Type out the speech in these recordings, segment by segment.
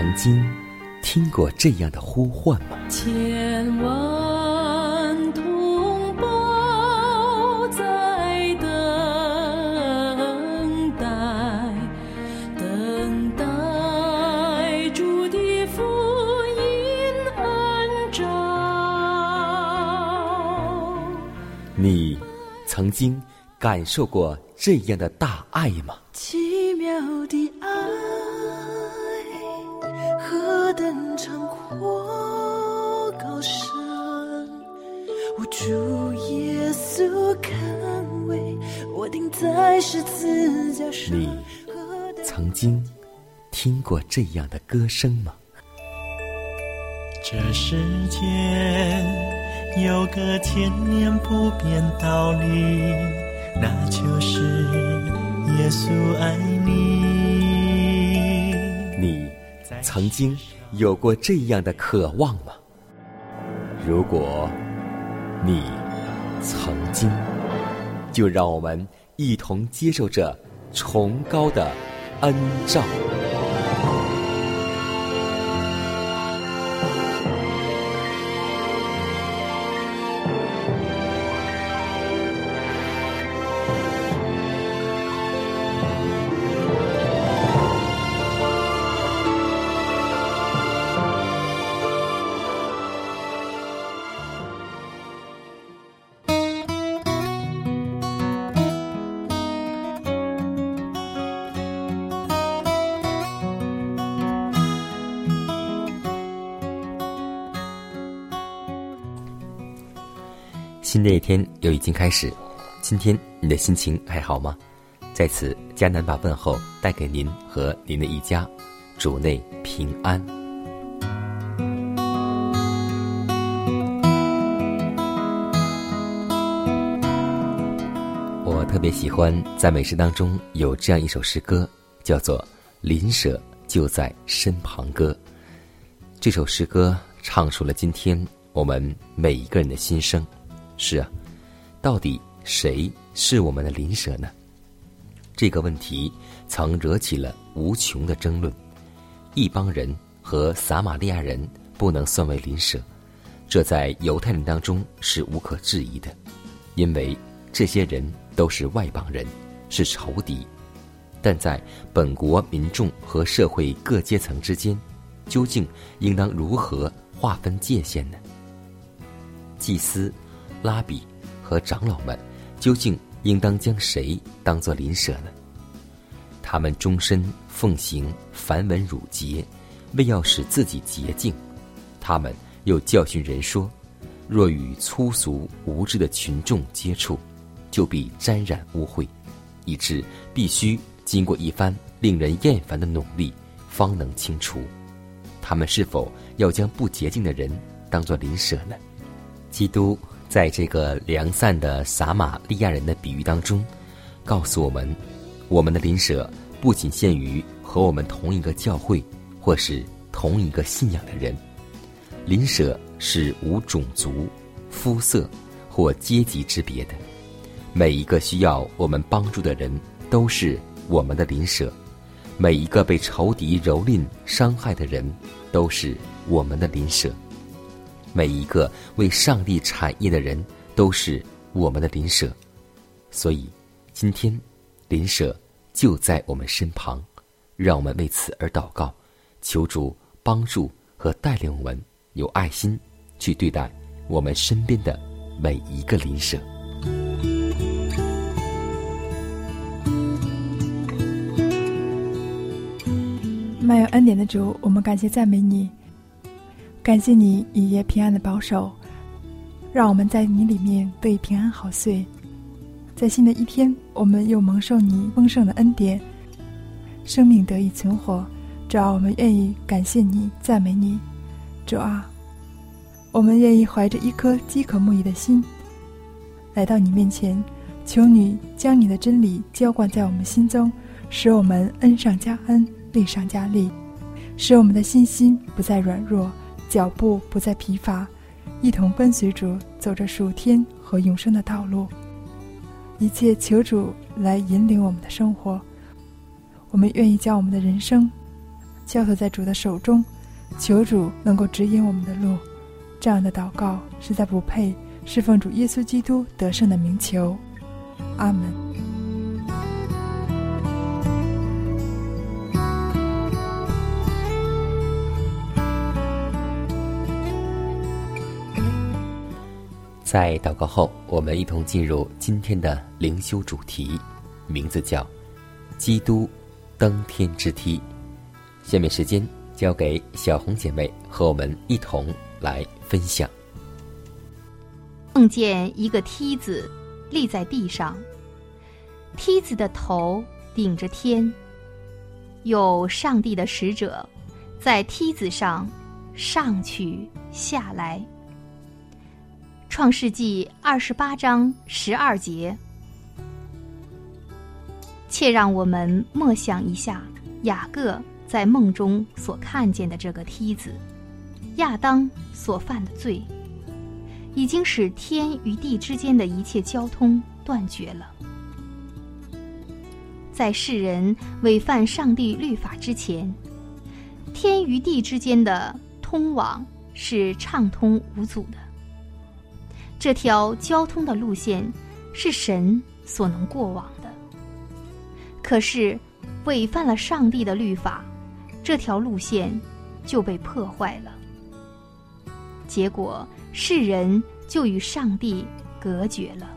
曾经听过这样的呼唤吗？ 千万同胞在等待，等待主的福音恩召。 你曾经感受过这样的大爱吗？ 奇妙的爱，何等长阔高深，我主耶稣看为我钉在十字架上。 你曾经听过这样的歌声吗？ 这世间有个千年不变道理，那就是耶稣爱你。 你曾经有过这样的渴望吗？如果你曾经，就让我们一同接受这崇高的恩召。新的一天又已经开始，今天你的心情还好吗？在此，迦南把问候带给您和您的一家，主内平安。我特别喜欢在美诗当中有这样一首诗歌，叫做《邻舍就在身旁歌》。这首诗歌唱出了今天我们每一个人的心声。是啊，到底谁是我们的邻舍呢？这个问题曾惹起了无穷的争论。一帮人和撒玛利亚人不能算为邻舍，这在犹太人当中是无可置疑的，因为这些人都是外邦人，是仇敌。但在本国民众和社会各阶层之间，究竟应当如何划分界限呢？祭司、拉比和长老们究竟应当将谁当作邻舍呢？他们终身奉行繁文缛节，为要使自己洁净。他们又教训人说，若与粗俗无知的群众接触，就必沾染污秽，以致必须经过一番令人厌烦的努力方能清除。他们是否要将不洁净的人当作邻舍呢？基督在这个良善的撒玛利亚人的比喻当中，告诉我们，我们的邻舍不仅限于和我们同一个教会或是同一个信仰的人，邻舍是无种族、肤色或阶级之别的。每一个需要我们帮助的人都是我们的邻舍，每一个被仇敌蹂躏伤害的人都是我们的邻舍，每一个为上帝产业的人都是我们的邻舍。所以今天邻舍就在我们身旁，让我们为此而祷告，求主帮助和带领我们有爱心去对待我们身边的每一个邻舍。 满有恩典的主，我们感谢赞美你，感谢你一夜平安的保守，让我们在你里面得以平安好睡。在新的一天，我们又蒙受你丰盛的恩典，生命得以存活。主啊，我们愿意感谢你，赞美你。主啊，我们愿意怀着一颗饥渴慕义的心来到你面前，求你将你的真理浇灌在我们心中，使我们恩上加恩，力上加力，使我们的信心不再软弱，脚步不再疲乏，一同跟随主走着属天和永生的道路。一切求主来引领我们的生活，我们愿意将我们的人生交托在主的手中，求主能够指引我们的路。这样的祷告实在不配，是奉主耶稣基督得胜的名求。阿门。 在祷告后，我们一同进入今天的灵修主题，名字叫基督登天之梯。下面时间交给小红姐妹和我们一同来分享。 梦见一个梯子立在地上，梯子的头顶着天，有上帝的使者在梯子上上去下来。创世纪28章12节。且让我们默想一下雅各在梦中所看见的这个梯子，亚当所犯的罪，已经使天与地之间的一切交通断绝了。在世人违犯上帝律法之前，天与地之间的通往是畅通无阻的。这条交通的路线是神所能过往的。可是违反了上帝的律法，这条路线就被破坏了。结果世人就与上帝隔绝了。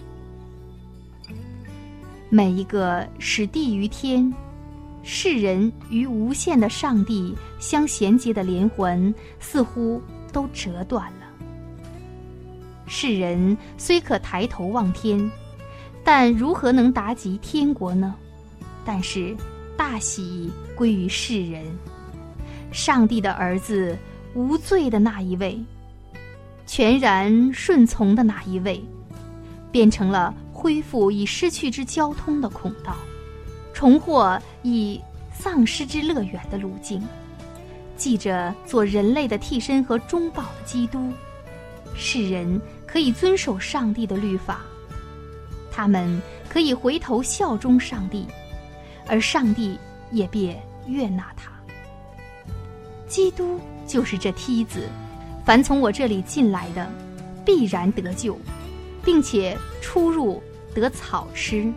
每一个使地于天、世人与无限的上帝相衔接的连环，似乎都折断了。世人虽可抬头望天，但如何能达及天国呢？但是大喜归于世人，上帝的儿子，无罪的那一位，全然顺从的那一位，变成了恢复已失去之交通的孔道，重获已丧失之乐园的路径。记着做人类的替身和中保的基督，世人可以遵守上帝的律法，他们可以回头效忠上帝，而上帝也便悦纳他。基督就是这梯子，凡从我这里进来的，必然得救，并且出入得草吃。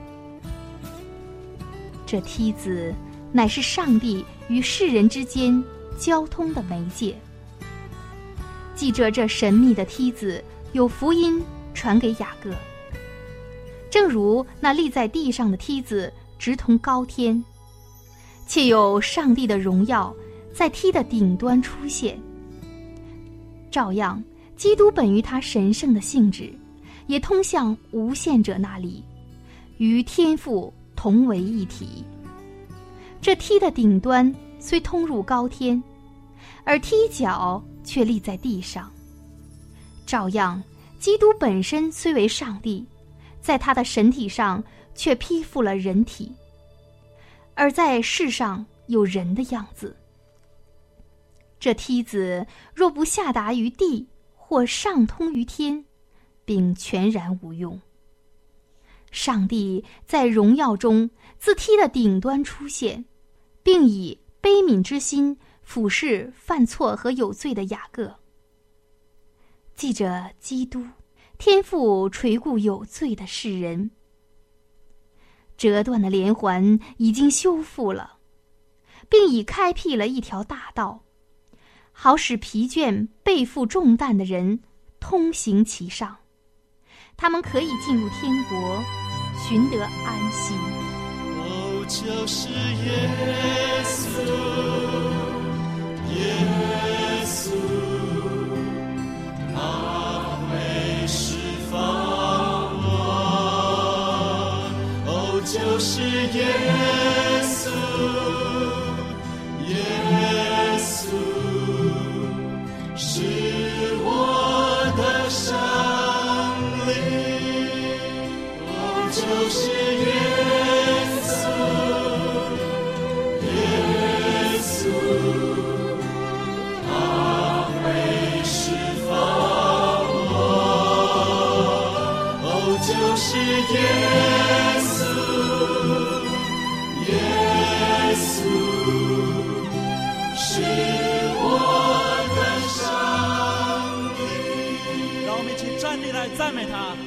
这梯子乃是上帝与世人之间交通的媒介。记着这神秘的梯子，有福音传给雅各，正如那立在地上的梯子直通高天，且有上帝的荣耀在梯的顶端出现。照样，基督本于他神圣的性质，也通向无限者那里，与天父同为一体。这梯的顶端虽通入高天，而梯脚却立在地上。照样，基督本身虽为上帝，在他的神体上却披覆了人体，而在世上有人的样子。这梯子若不下达于地，或上通于天，并全然无用。上帝在荣耀中自梯的顶端出现，并以悲悯之心俯视犯错和有罪的雅各。记着基督，天父垂顾有罪的世人。折断的连环已经修复了，并已开辟了一条大道，好使疲倦背负重担的人通行其上，他们可以进入天国，寻得安息。 哦，就是耶稣，耶稣，他会释放我。哦，就是耶稣，耶稣，是我的生灵。哦，就是耶稣，耶稣，他会释放我。哦，就是耶稣，耶稣， 来赞美他。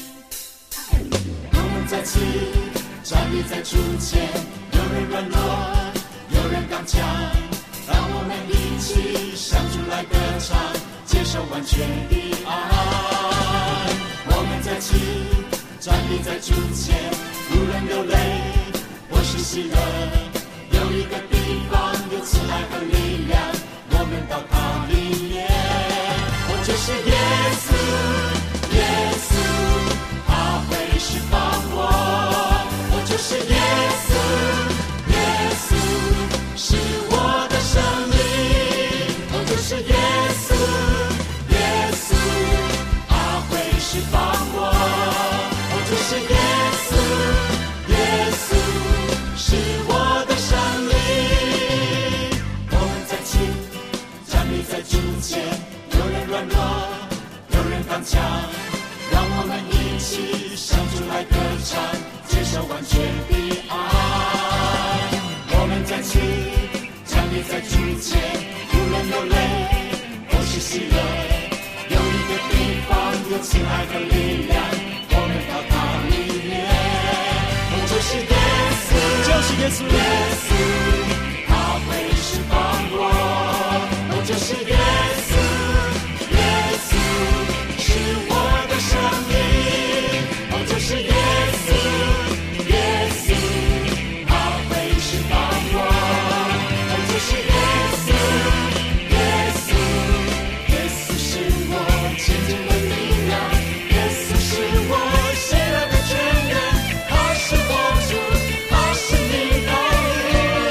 我们在此站立在主前，有人软弱，有人刚强，让我们一起向主来歌唱，接受完全的爱。我们在此站立在主前，无人流泪或是喜乐，有一个地方有慈爱和力量，我们到它里面。我就是耶稣，耶稣他会释放我。我就是耶稣，耶稣是我的生命。我就是耶稣，耶稣他会释放我。我就是耶稣，耶稣是我的生命。我们在此站立在主前，有人软弱，有人刚强，让我们一起向主来歌唱，接受完全的爱。我们在此站立在主前，无论有泪或是喜乐，有一个地方有慈爱和力量，我们到它里面。我就是耶稣， 就是耶稣， 耶稣他会释放我。我就是耶稣，耶稣是我的生命。我就是耶稣，耶稣他会释放我。我就是耶稣，耶稣，耶稣是我前进的力量，耶稣是我喜乐的泉源，他是我主，他是你道路。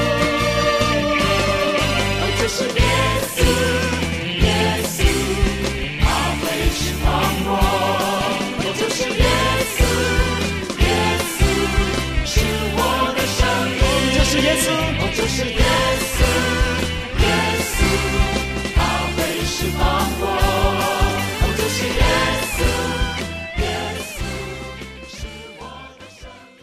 我就是耶稣，耶稣他会释放我。我就是耶稣，耶稣是我的生命。 就是耶稣， 我就是耶稣，耶稣他会释放我。我就是耶稣，耶稣是我的生命。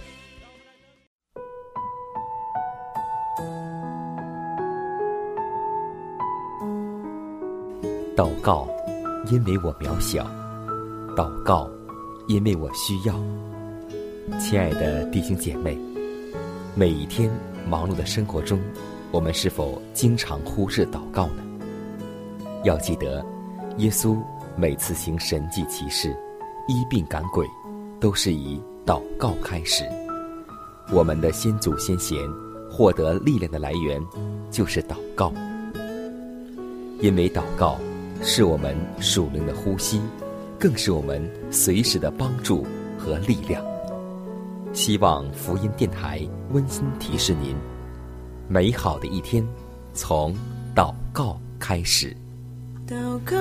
祷告，因为我渺小；祷告，因为我需要。亲爱的弟兄姐妹，每一天忙碌的生活中，我们是否经常忽视祷告呢？要记得，耶稣每次行神迹奇事、医病赶鬼，都是以祷告开始。我们的先祖先贤获得力量的来源，就是祷告。因为祷告是我们属灵的呼吸，更是我们随时的帮助和力量。希望福音电台温馨提示您，美好的一天从祷告开始。 祷告，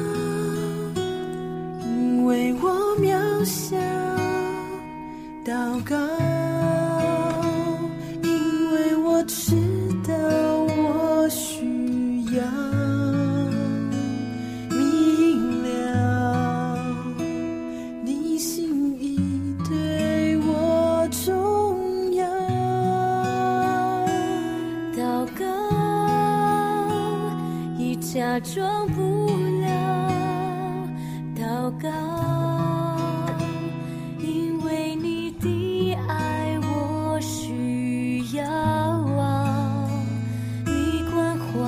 因为我渺小；祷告，因为我知道我需要。明了你心意对我重要。 祷告已假装不了，祷告因为你的爱我需要啊，你关怀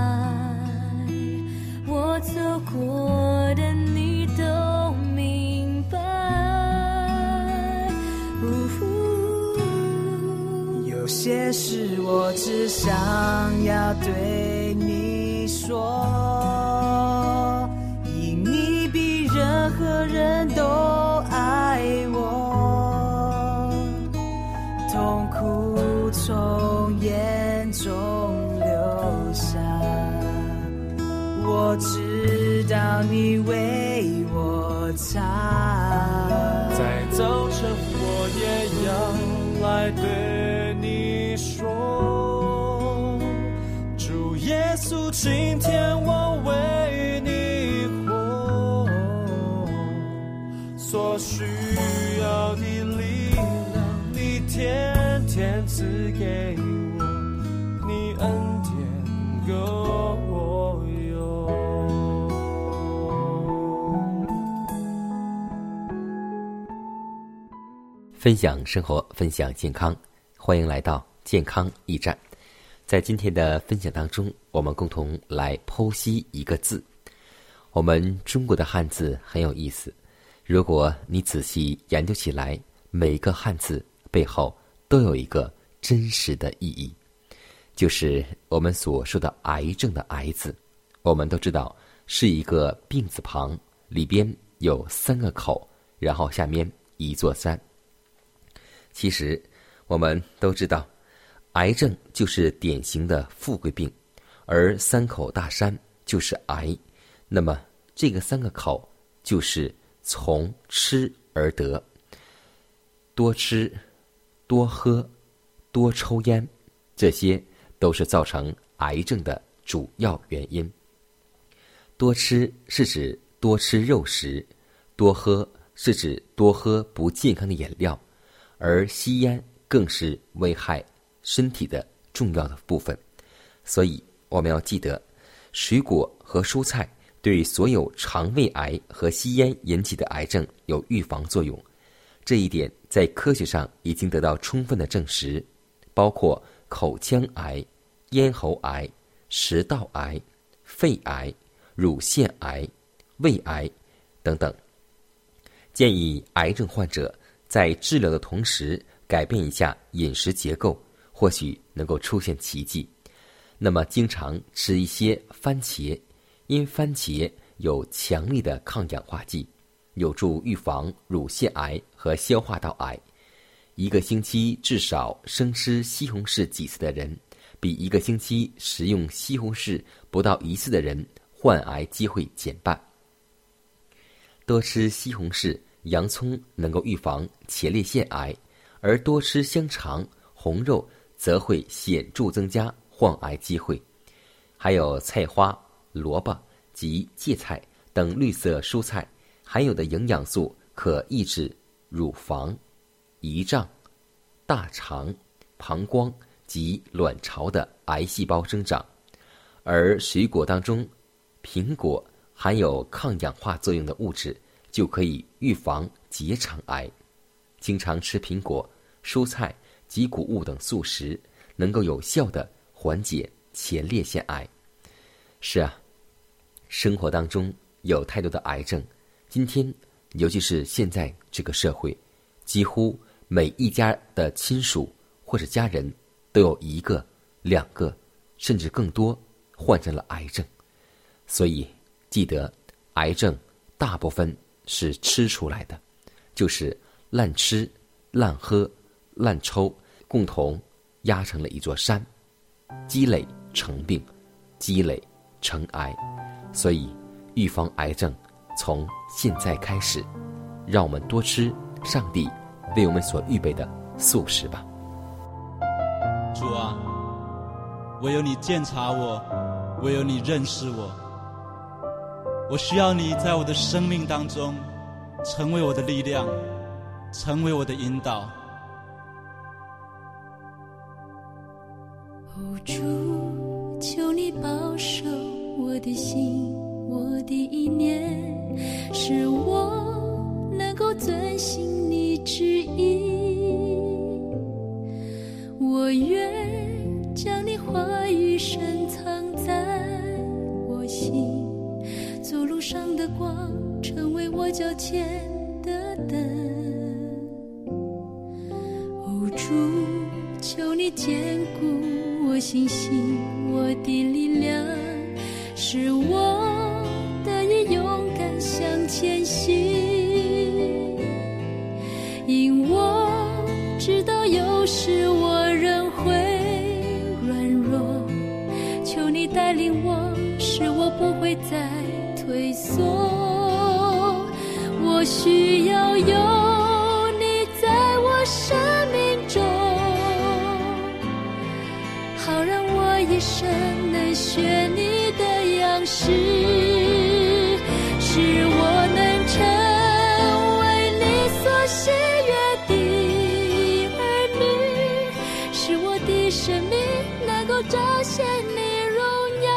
我走过的你都明白。 有些事我只想要对你说，因你比任何人都爱我，痛苦从眼中流下，我知道你为我擦。 在早晨我也要来对你说，主耶稣，今天我为你活，所需要的力量你天天赐给我，你恩典够用。 分享生活，分享健康，欢迎来到健康驿站。在今天的分享当中，我们共同来剖析一个字。我们中国的汉字很有意思，如果你仔细研究起来，每个汉字背后都有一个真实的意义，就是我们所说的癌症的癌字。我们都知道是一个病字旁，里边有3个口，然后下面一座山。其实我们都知道，癌症就是典型的富贵病，而3口大山就是癌。那么这个3个口就是从吃而得，多吃、多喝、多抽烟，这些都是造成癌症的主要原因。多吃是指多吃肉食，多喝是指多喝不健康的饮料，而吸烟更是危害身体的重要的部分。所以我们要记得，水果和蔬菜对所有肠胃癌和吸烟引起的癌症有预防作用，这一点在科学上已经得到充分的证实，包括口腔癌、咽喉癌、食道癌、肺癌、乳腺癌、胃癌等等。建议癌症患者在治疗的同时改变一下饮食结构，或许能够出现奇迹。那么经常吃一些番茄，因番茄有强力的抗氧化剂，有助预防乳腺癌和消化道癌。1个星期至少生吃西红柿几次的人，比1个星期食用西红柿不到1次的人患癌机会减半。多吃西红柿、洋葱能够预防前列腺癌，而多吃香肠、红肉则会显著增加患癌机会。还有菜花、萝卜及芥菜等绿色蔬菜含有的营养素可抑制乳房、胰脏、大肠、膀胱及卵巢的癌细胞生长。而水果当中，苹果含有抗氧化作用的物质，就可以预防结肠癌。经常吃苹果、蔬菜及谷物等素食，能够有效地缓解前列腺癌。是啊，生活当中有太多的癌症，今天尤其是现在这个社会，几乎每一家的亲属或者家人都有1个、2个，甚至更多患上了癌症。所以记得，癌症大部分是吃出来的，就是滥吃、滥喝、滥抽，共同压成了一座山，积累成病，积累成癌。所以预防癌症从现在开始，让我们多吃上帝为我们所预备的素食吧。 主啊，唯有你鉴察我，唯有你认识我，我需要你在我的生命当中成为我的力量，成为我的引导。 哦，主，求你保守我的心，我的意念，使我能够遵行你旨意。我愿将你话语深藏在我心，走路上的光，成为我脚前的灯。哦，主，求你坚固我信心，我的力量，使我得以勇敢向前行。因我知道有时我仍会软弱，求你带领我，使我不会再退缩。我需要有你在我生命中，好让我一生能学你的样式，使我能成为你所喜悦的儿女，使我的生命能够彰显你荣耀。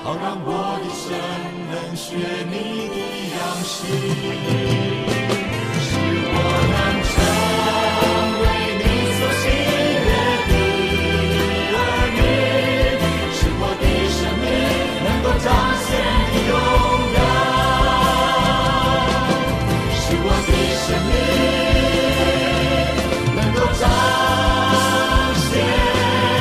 好让我的生能学你的样式，使我能成为你所喜悦的儿女，使我的生命能够彰显你荣耀，使我的生命能够彰显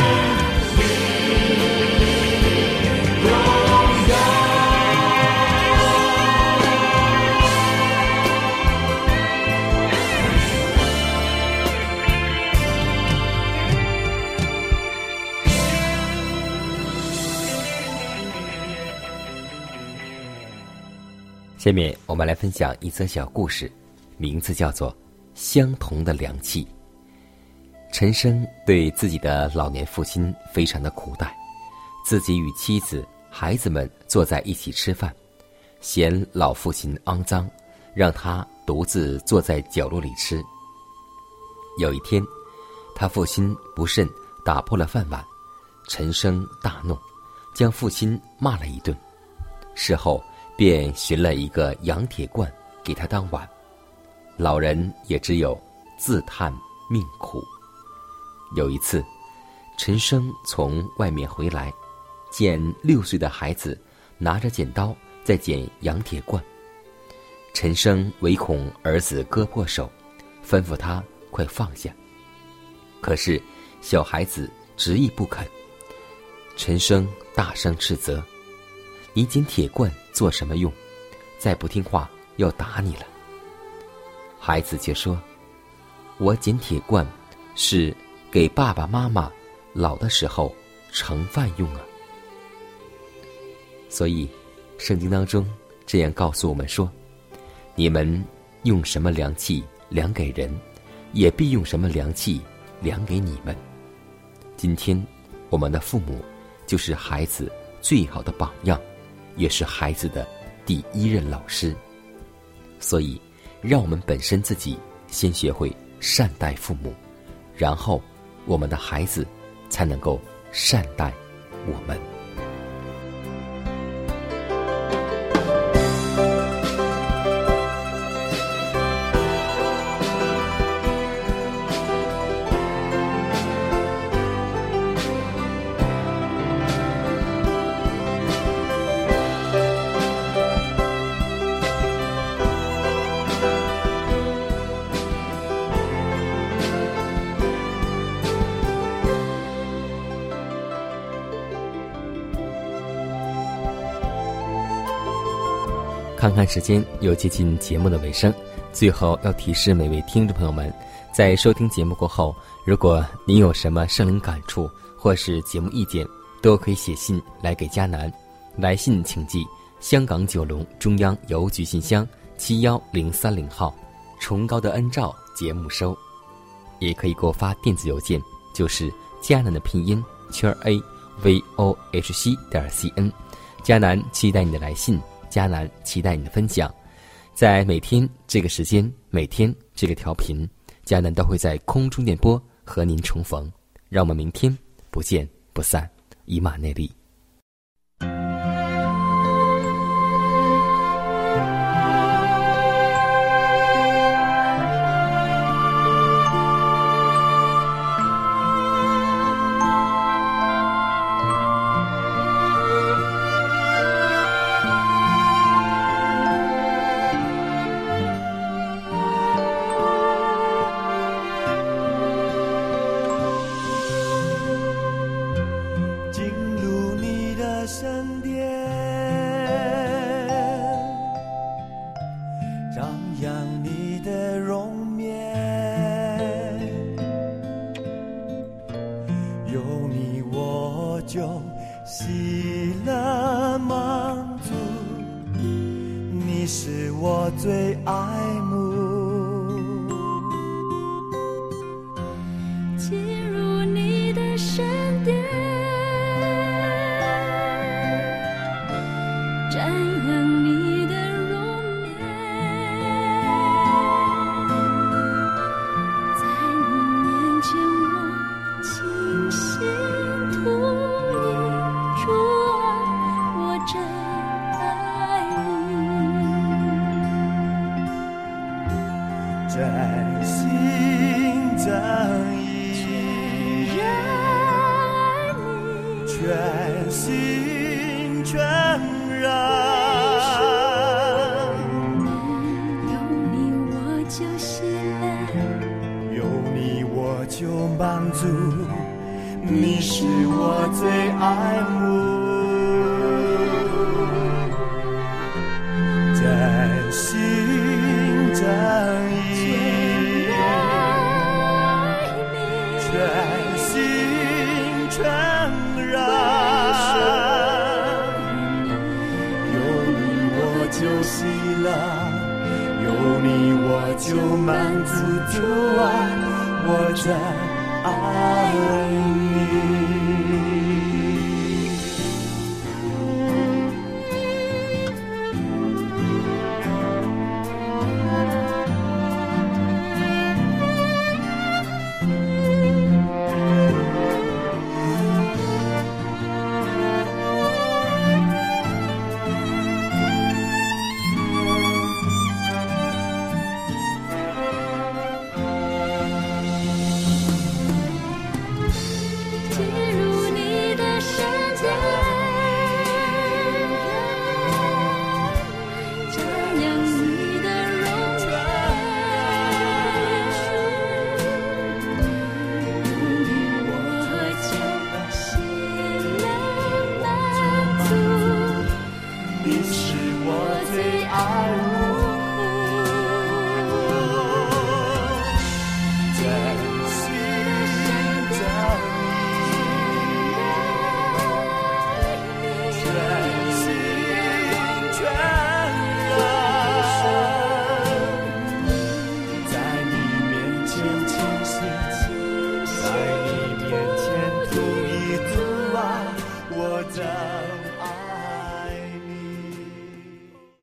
下面我们来分享一则小故事，名字叫做《相同的凉气》。陈生对自己的老年父亲非常的苦待，自己与妻子、孩子们坐在一起吃饭，嫌老父亲肮脏，让他独自坐在角落里吃。有一天，他父亲不慎打破了饭碗，陈生大怒，将父亲骂了一顿。事后便寻了一个洋铁罐给他当碗，老人也只有自叹命苦。有一次，陈生从外面回来，见6岁的孩子拿着剪刀在剪洋铁罐，陈生唯恐儿子割破手，吩咐他快放下。可是小孩子执意不肯，陈生大声斥责：“你剪铁罐做什么用？再不听话要打你了。”孩子却说：“我剪铁罐是给爸爸妈妈老的时候盛饭用啊。”所以圣经当中这样告诉我们说，你们用什么量器量给人，也必用什么量器量给你们。今天我们的父母就是孩子最好的榜样，也是孩子的第一任老师。所以让我们本身自己先学会善待父母，然后我们的孩子才能够善待我们。看看时间，又接近节目的尾声，最后要提示每位听众朋友们，在收听节目过后，如果您有什么圣灵感触或是节目意见，都可以写信来给迦南。来信请寄香港九龙中央邮局信箱71030号，崇高的恩照节目收。也可以给我发电子邮件，就是迦南的拼音@vohc.cn。迦南期待你的来信，迦南期待你的分享。在每天这个时间，每天这个调频，迦南都会在空中电波和您重逢。让我们明天不见不散，以马内利。 全心全然， 有你我就喜乐， 有你我就满足，你是我最爱慕。真心真意，全心全然，有你我就喜乐，有你我就满足，主啊，我真爱你。